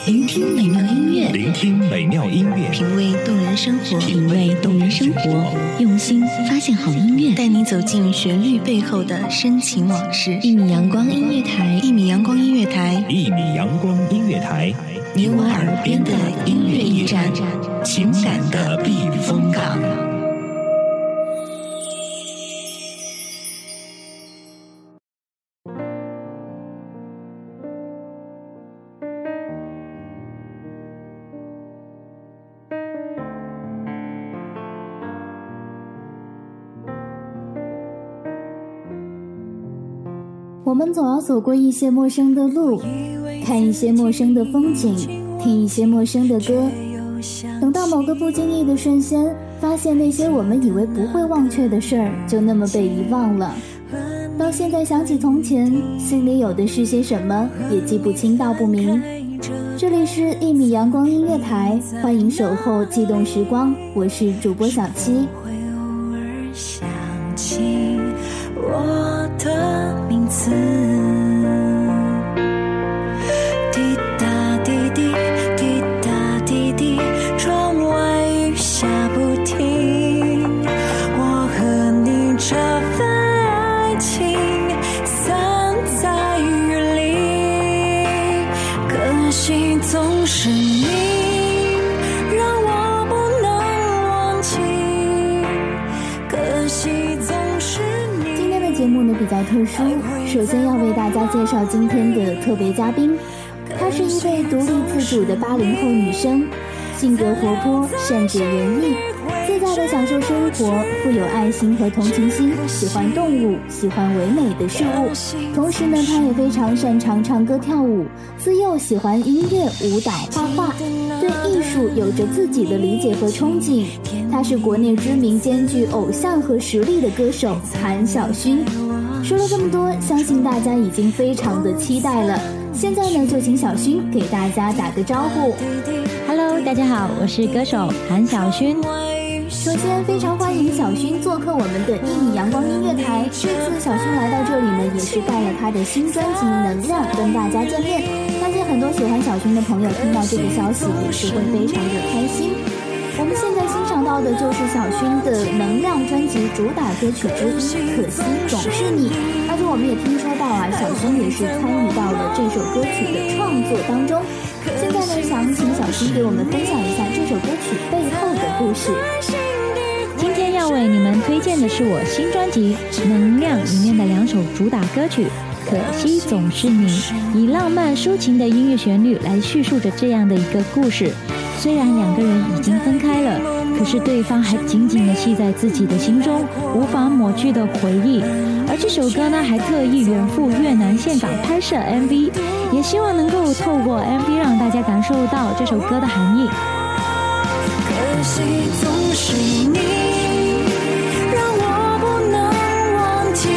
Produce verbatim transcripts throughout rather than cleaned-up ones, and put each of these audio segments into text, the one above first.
聆听美妙音乐， 聆听美妙音乐， 品味动人生活， 品味动人生活， 用心发现好音乐， 带你走进旋律背后的深情往事。 一米阳光音乐台， 一米阳光音乐台， 一米阳光音乐台， 你我耳边的音乐驿站， 情感的避风港。 我们总要走过一些陌生的路，看一些陌生的风景，听一些陌生的歌，等到某个不经意的瞬间，发现那些我们以为不会忘却的事儿就那么被遗忘了。到现在想起从前，心里有的是些什么也记不清道不明。这里是一米阳光音乐台，欢迎守候悸动时光，我是主播小七。 我的名字，滴答滴滴，滴答滴滴，窗外雨下不停。我和你这份爱情散在雨里，可惜总是你让我不能忘记，可惜总是你。 节目呢比较特殊，首先要为大家介绍今天的特别嘉宾，她是一位独立自主的八零后女生，性格活泼，善解人意，自在地享受生活，富有爱心和同情心，喜欢动物，喜欢唯美的事物。同时呢，她也非常擅长唱歌跳舞，自幼喜欢音乐、舞蹈、画画，对艺术有着自己的理解和憧憬。她是国内知名兼具偶像和实力的歌手韩小薰。说了这么多，相信大家已经非常的期待了。现在呢，就请小薰给大家打个招呼。 Hello， 大家好，我是歌手韩小薰。 首先非常欢迎小薰做客我们的一米阳光音乐台。这次小薰来到这里呢，也是带了她的新专辑《能量》跟大家见面。相信很多喜欢小薰的朋友听到这个消息也是会非常的开心。我们现在欣赏到的就是小薰的《能量》专辑主打歌曲之一《可惜总是你》。而且我们也听说到啊，小薰也是参与到了这首歌曲的创作当中。现在呢，想请小薰给我们分享一下这首歌曲背后的故事。 今天要为你们推荐的是我新专辑《能量》里面的两首主打歌曲。可惜总是你，以浪漫抒情的音乐旋律来叙述着这样的一个故事。虽然两个人已经分开了，可是对方还紧紧地系在自己的心中，无法抹去的回忆。而这首歌呢，还特意远赴越南岘港拍摄 M V， 也希望能够透过 M V 让大家感受到这首歌的含义。 可惜总是你让我不能忘记，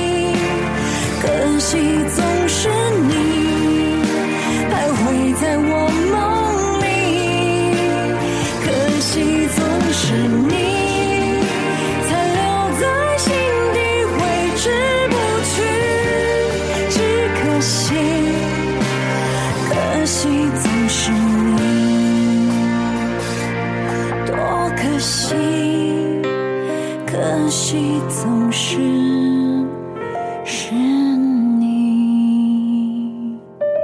可惜总是你徘徊在我梦里，可惜总是你才留在心底挥之不去，只可惜可惜总是你，多可惜可惜总是是你。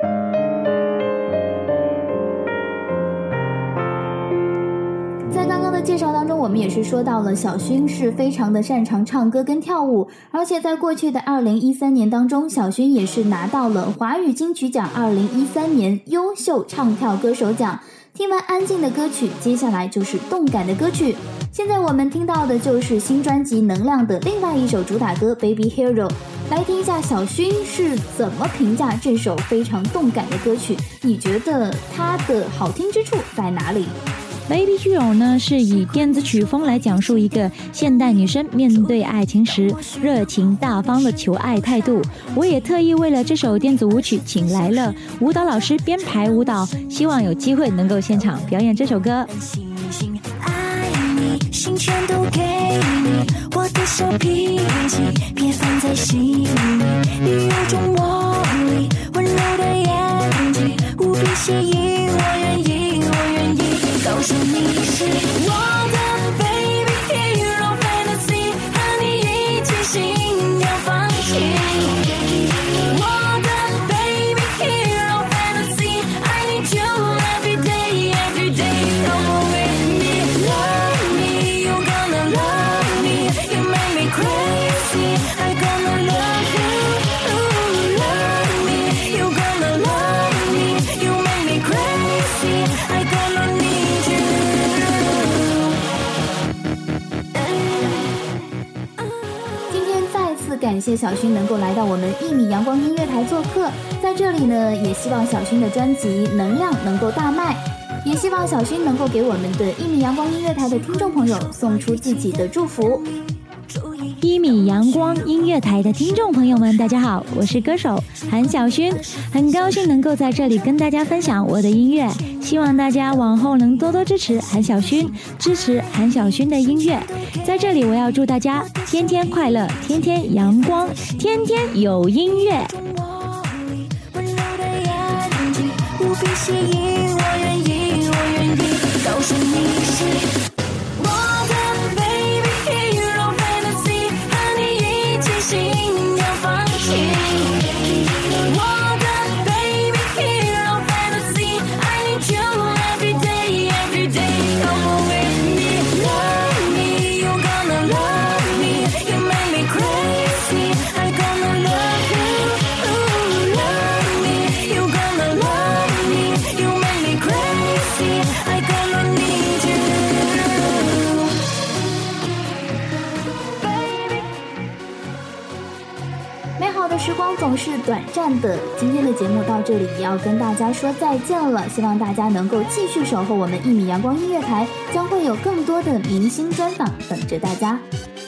在刚刚的介绍当中，我们也是说到了小薰是非常的擅长唱歌跟跳舞，而且在过去的二零一三年当中，小薰也是拿到了华语金曲奖二零一三年优秀唱跳歌手奖。听完安静的歌曲，接下来就是动感的歌曲。现在我们听到的就是新专辑《能量》的另外一首主打歌《Baby Hero》。来听一下小薰是怎么评价这首非常动感的歌曲，你觉得它的好听之处在哪里 ？Baby Hero 呢，是以电子曲风来讲述一个现代女生面对爱情时热情大方的求爱态度。我也特意为了这首电子舞曲请来了舞蹈老师编排舞蹈，希望有机会能够现场表演这首歌。 爱你，心全都给你，我的小脾气别放在心里，你有种魔力，温柔的眼睛无比吸引我。 感谢小薰能够来到我们一米阳光音乐台做客，在这里呢，也希望小薰的专辑《能量》能够大卖，也希望小薰能够给我们的一米阳光音乐台的听众朋友送出自己的祝福。 一米阳光音乐台的听众朋友们，大家好，我是歌手韩小薰，很高兴能够在这里跟大家分享我的音乐，希望大家往后能多多支持韩小薰，支持韩小薰的音乐。在这里我要祝大家天天快乐，天天阳光，天天有音乐。 温柔的眼睛无比吸引，我愿意，我愿意告诉你是我的 baby hero fantasy， 和你一起心跳放晴。我的 baby hero fantasy， I need you every day every day， come on with me love me， you gonna love me， you make me crazy， I gonna love you，ooh, love me， you gonna love me， you make me crazy， I gonna need you。 美好的时光总是短暂的，今天的节目到这里也要跟大家说再见了，希望大家能够继续守候我们一米阳光音乐台，将会有更多的明星专访等着大家。